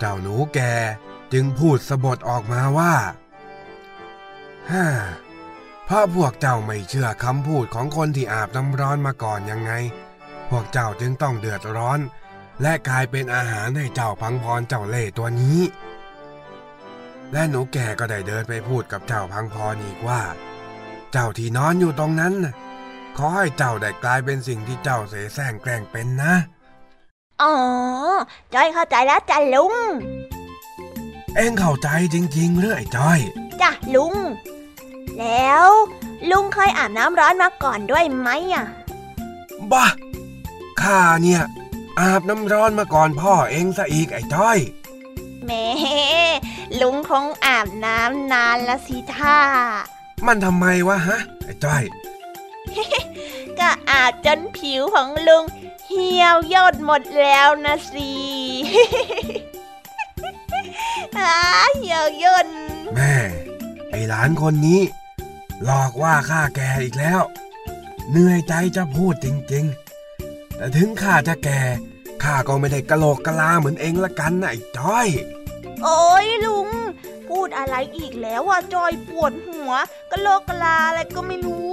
เจ้าหนูแก่จึงพูดสะบดออกมาว่าฮ่าเพราะพวกเจ้าไม่เชื่อคำพูดของคนที่อาบน้ำร้อนมาก่อนยังไงพวกเจ้าจึงต้องเดือดร้อนและกลายเป็นอาหารให้เจ้าพังพรเจ้าเล่ห์ตัวนี้และหนูแก่ก็ได้เดินไปพูดกับเจ้าพังพรอีกว่าเจ้าที่นอนอยู่ตรงนั้นน่ะขอให้เจ้าได้กลายเป็นสิ่งที่เจ้าเสแสร้งแกล้งเป็นนะอ๋อจ้อยเข้าใจแล้วจ้ะลุงเอ็งเข้าใจจริงๆหรือไอ้จ้อยจ้ะลุงแล้วลุงเคยอาบน้ำร้อนมาก่อนด้วยไหมอ่ะบ้าข้าเนี่ยอาบน้ำร้อนมาก่อนพ่อเอ็งซะอีกไอ้จ้อยแหมลุงคงอาบน้ำนานละสิท่ามันทำไมวะฮะไอ้จ้อยก็อาบจนผิวของลุงเหี่ยวย่นหมดแล้วนะสิ อาเหี่ยวย่นแม่ไอ้หลานคนนี้หลอกว่าข้าแก่อีกแล้วเหนื่อยใจจะพูดจริงๆแต่ถึงข้าจะแก่ข้าก็ไม่ได้กะโหลกกะลาเหมือนเองละกันนะไอ้จ้อยโอ้ยลุงพูดอะไรอีกแล้วอ่ะจอยปวดหัวกะโหลกกะลาอะไรก็ไม่รู้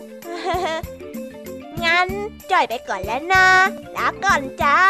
งั้นจอยไปก่อนแล้วนะลาก่อนจ้า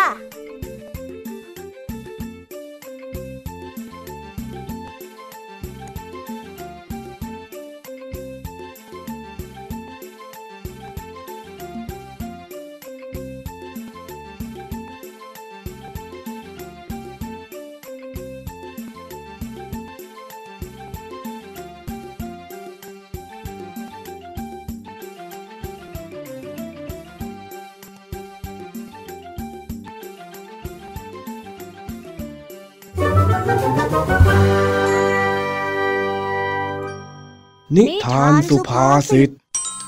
นิทานสุภาษิตสวัสดี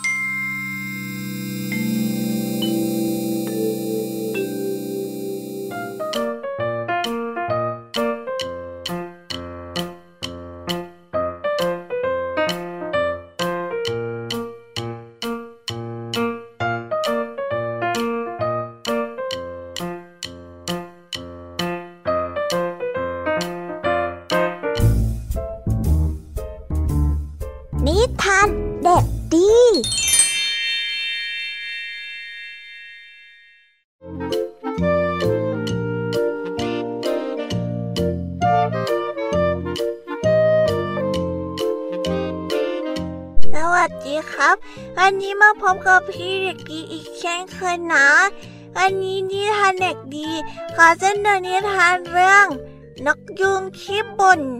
ครับวันนี้มาพบกับพี่เด็กดีอีกเช่นเคยนะวันนี้นิทานเด็กดีขอเสนอนิทานเรื่องนกยุงขี้บ่น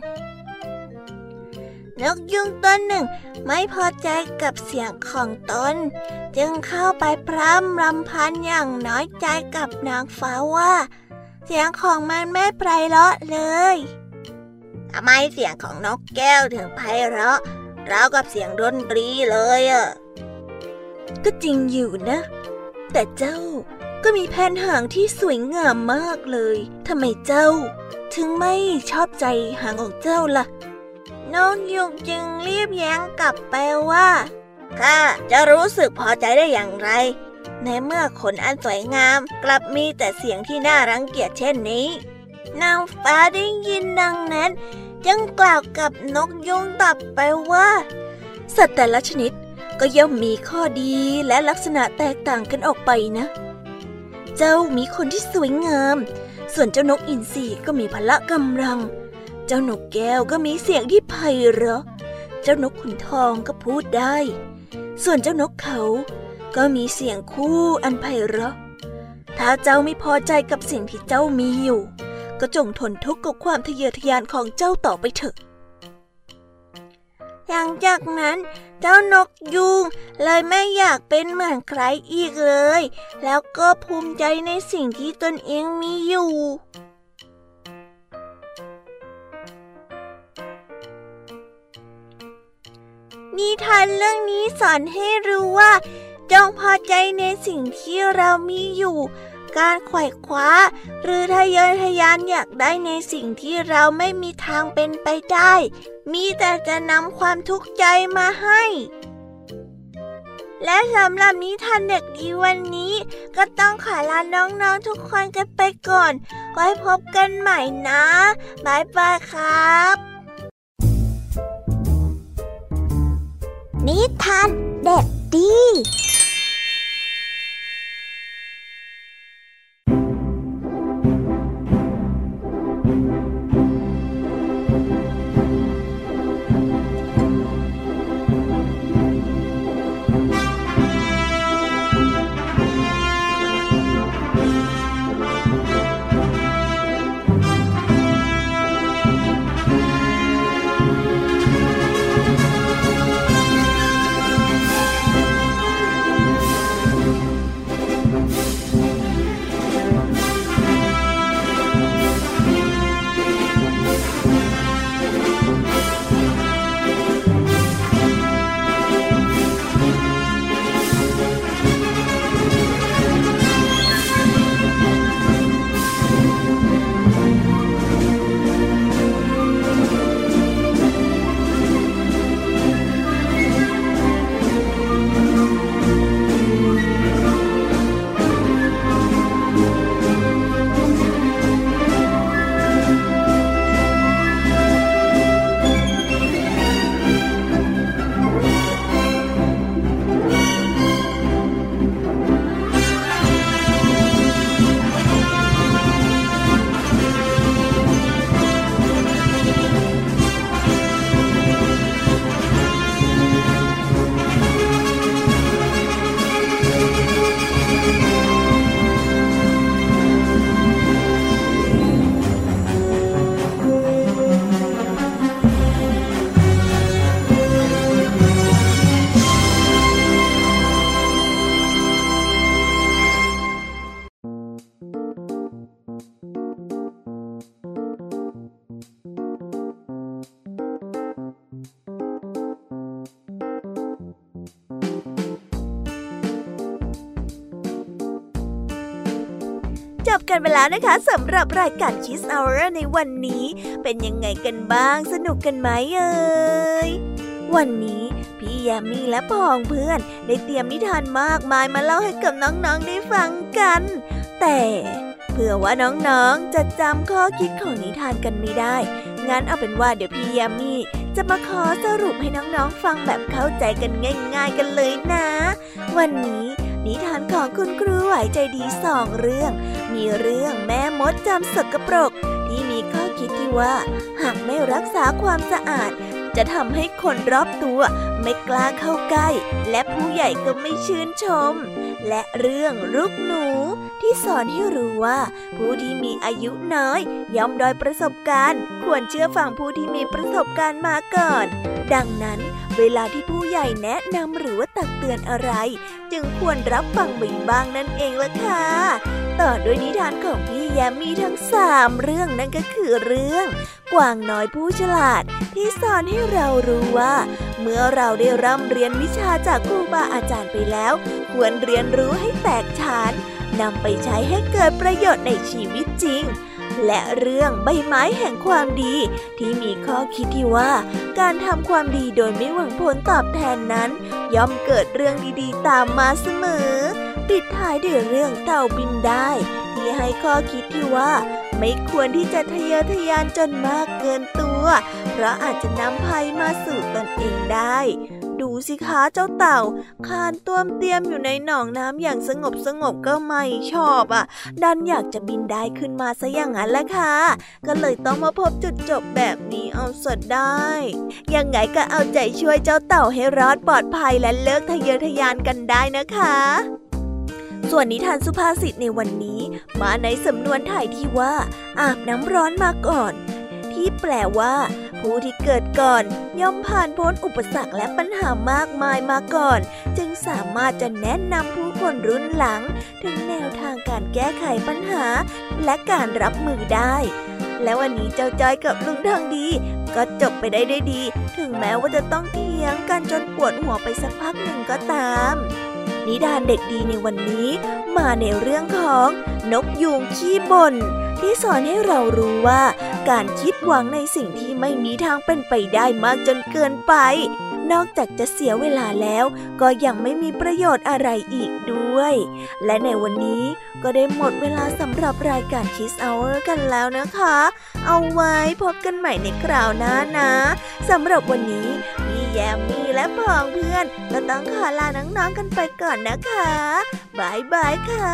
นกยุงตัวหนึ่งไม่พอใจกับเสียงของตนจึงเข้าไปพร่ำรำพันอย่างน้อยใจกับนางฟ้าว่าเสียงของมันไม่ไพเราะเลยทำไมเสียงของนกแก้วถึงไพเราะราวกับเสียงดนตรีเลยอ่ะก็จริงอยู่นะแต่เจ้าก็มีแผ่นหางที่สวยงามมากเลยทำไมเจ้าถึงไม่ชอบใจหางของเจ้าล่ะนกยุงจึงรีบแย้งกลับไปว่าข้าจะรู้สึกพอใจได้อย่างไรในเมื่อขนอันสวยงามกลับมีแต่เสียงที่น่ารังเกียจเช่นนี้นางฟ้าได้ยินดังนั้นจึงกล่าวกับนกยุงตอบไปว่าสัตว์แต่ละชนิดก็ย่อมมีข้อดีและลักษณะแตกต่างกันออกไปนะเจ้ามีขนที่สวยงามส่วนเจ้านกอินทรีก็มีพละกำลังเจ้านกแก้วก็มีเสียงที่ไพเราะเจ้านกขุนทองก็พูดได้ส่วนเจ้านกเขาก็มีเสียงคู่อันไพเราะถ้าเจ้าไม่พอใจกับสิ่งที่เจ้ามีอยู่ก็จงทนทุกข์กับความทะเยอทะยานของเจ้าต่อไปเถอะหลังจากนั้นเจ้านกยูงเลยไม่อยากเป็นเหมือนใครอีกเลยแล้วก็ภูมิใจในสิ่งที่ตนเองมีอยู่นิทานเรื่องนี้สอนให้รู้ว่าจงพอใจในสิ่งที่เรามีอยู่การไขว่คว้าหรือทะเยอทะยานอยากได้ในสิ่งที่เราไม่มีทางเป็นไปได้มีแต่จะนำความทุกข์ใจมาให้และสำหรับนิทานเด็กดีวันนี้ก็ต้องขอลาน้องๆทุกคนกันไปก่อนไว้พบกันใหม่นะบ๊ายบายครับนิทานเด็กดีจบกันไปแล้วนะคะสำหรับรายการ Kids Hour ในวันนี้เป็นยังไงกันบ้างสนุกกันไหมเอ่ยวันนี้พี่ยามีและพ้องเพื่อนได้เตรียมนิทานมากมายมาเล่าให้กับน้องๆได้ฟังกันแต่เผื่อว่าน้องๆจะจำข้อคิดของนิทานกันไม่ได้งั้นเอาเป็นว่าเดี๋ยวพี่ยามีจะมาขอสรุปให้น้องๆฟังแบบเข้าใจกันง่ายๆกันเลยนะวันนี้นิทานของคุณครูไหวใจดีสองเรื่องมีเรื่องแม่มดจำสกปรกที่มีข้อคิดที่ว่าหากไม่รักษาความสะอาดจะทำให้คนรอบตัวไม่กล้าเข้าใกล้และผู้ใหญ่ก็ไม่ชื่นชมและเรื่องลูกหนูที่สอนให้รู้ว่าผู้ที่มีอายุน้อยย่อมด้อยประสบการณ์ควรเชื่อฟังผู้ที่มีประสบการณ์มาก่อนดังนั้นเวลาที่ผู้ใหญ่แนะนำหรือว่าตักเตือนอะไรจึงควรรับฟังบ้างนั่นเองล่ะค่ะต่อด้วยนิทานของพี่แยมมีทั้งสามเรื่องนั่นก็คือเรื่องกวางน้อยผู้ฉลาดที่สอนให้เรารู้ว่าเมื่อเราได้ร่ำเรียนวิชาจากครูบาอาจารย์ไปแล้วควรเรียนรู้ให้แตกฉานนำไปใช้ให้เกิดประโยชน์ในชีวิตจริงและเรื่องใบไม้แห่งความดีที่มีข้อคิดที่ว่าการทำความดีโดยไม่หวังผลตอบแทนนั้นย่อมเกิดเรื่องดีๆตามมาเสมอปิดท้ายด้วยเรื่องเต่าบินได้ที่ให้ข้อคิดที่ว่าไม่ควรที่จะทะเยอทะยานจนมากเกินตัวเพราะอาจจะนำภัยมาสู่ตนเองได้ดูสิคะเจ้าเต่าคลานต้วมเตี้ยมอยู่ในหนองน้ำอย่างสงบสงบก็ไม่ชอบอ่ะดันอยากจะบินได้ขึ้นมาซะอย่างนั้นแหละค่ะก็เลยต้องมาพบจุดจบแบบนี้เอาซะได้ยังไงก็เอาใจช่วยเจ้าเต่าให้รอดปลอดภัยและเลิกทะเยอทะยานกันได้นะคะส่วนนิทานสุภาษิตในวันนี้มาในสำนวนไทยที่ว่าอาบน้ำร้อนมาก่อนที่แปลว่าผู้ที่เกิดก่อนย่อมผ่านพ้นอุปสรรคและปัญหามากมายมาก่อนจึงสามารถจะแนะนำผู้คนรุ่นหลังถึงแนวทางการแก้ไขปัญหาและการรับมือได้และวันนี้เจ้าจ้อยกับลุงทองดีก็จบไปได้ด้วยดีถึงแม้ว่าจะต้องเถียงกันจนปวดหัวไปสักพักหนึ่งก็ตามนิทานเด็กดีในวันนี้มาในเรื่องของนกยูงขี้บ่นที่สอนให้เรารู้ว่าการคิดหวังในสิ่งที่ไม่มีทางเป็นไปได้มากจนเกินไปนอกจากจะเสียเวลาแล้วก็ยังไม่มีประโยชน์อะไรอีกด้วยและในวันนี้ก็ได้หมดเวลาสำหรับรายการ Kids Hour กันแล้วนะคะเอาไว้พบกันใหม่ในคราวหน้านะสำหรับวันนี้พี่แยมมี่และพ้องเพื่อนก็ต้องขอลาน้องๆกันไปก่อนนะคะบายบายค่ะ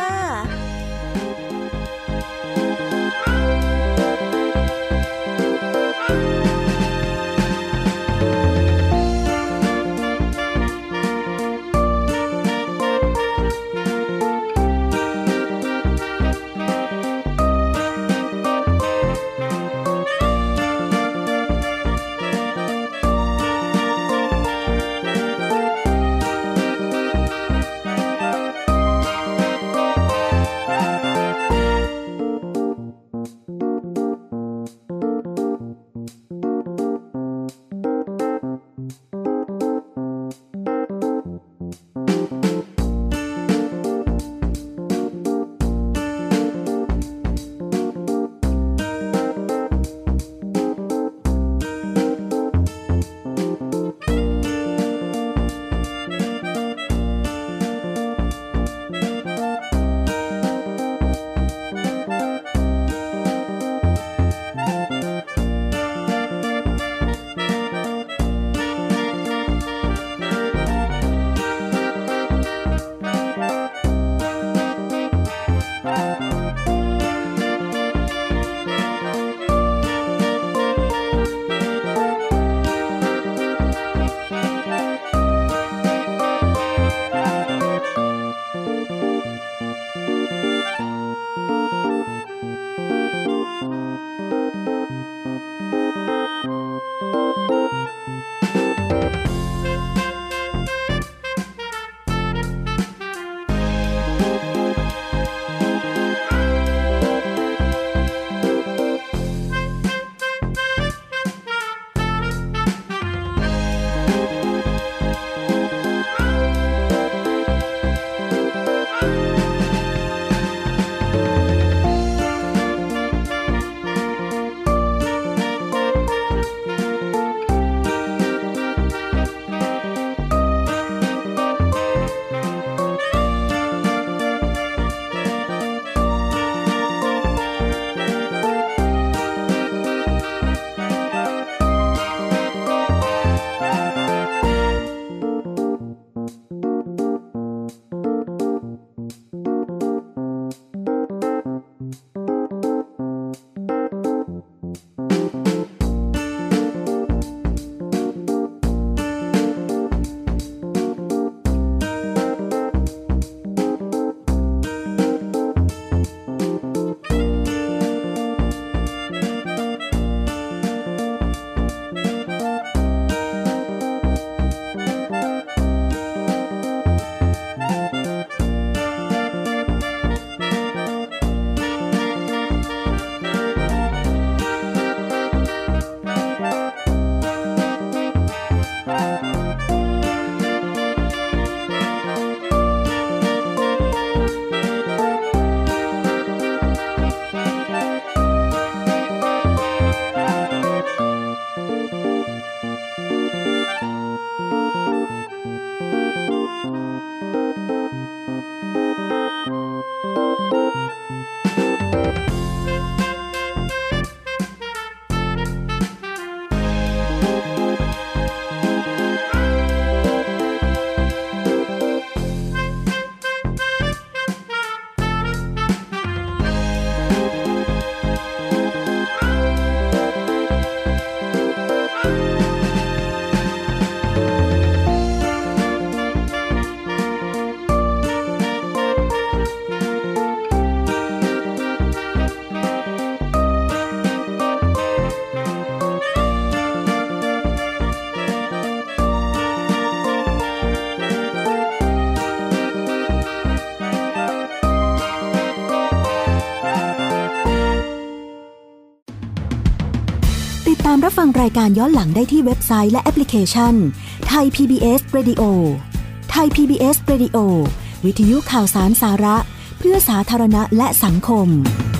ตามรับฟังรายการย้อนหลังได้ที่เว็บไซต์และแอปพลิเคชัน Thai พี บี เอส Radio Thai พี บี เอส Radio วิทยุข่าวสารสาระเพื่อสาธารณะและสังคม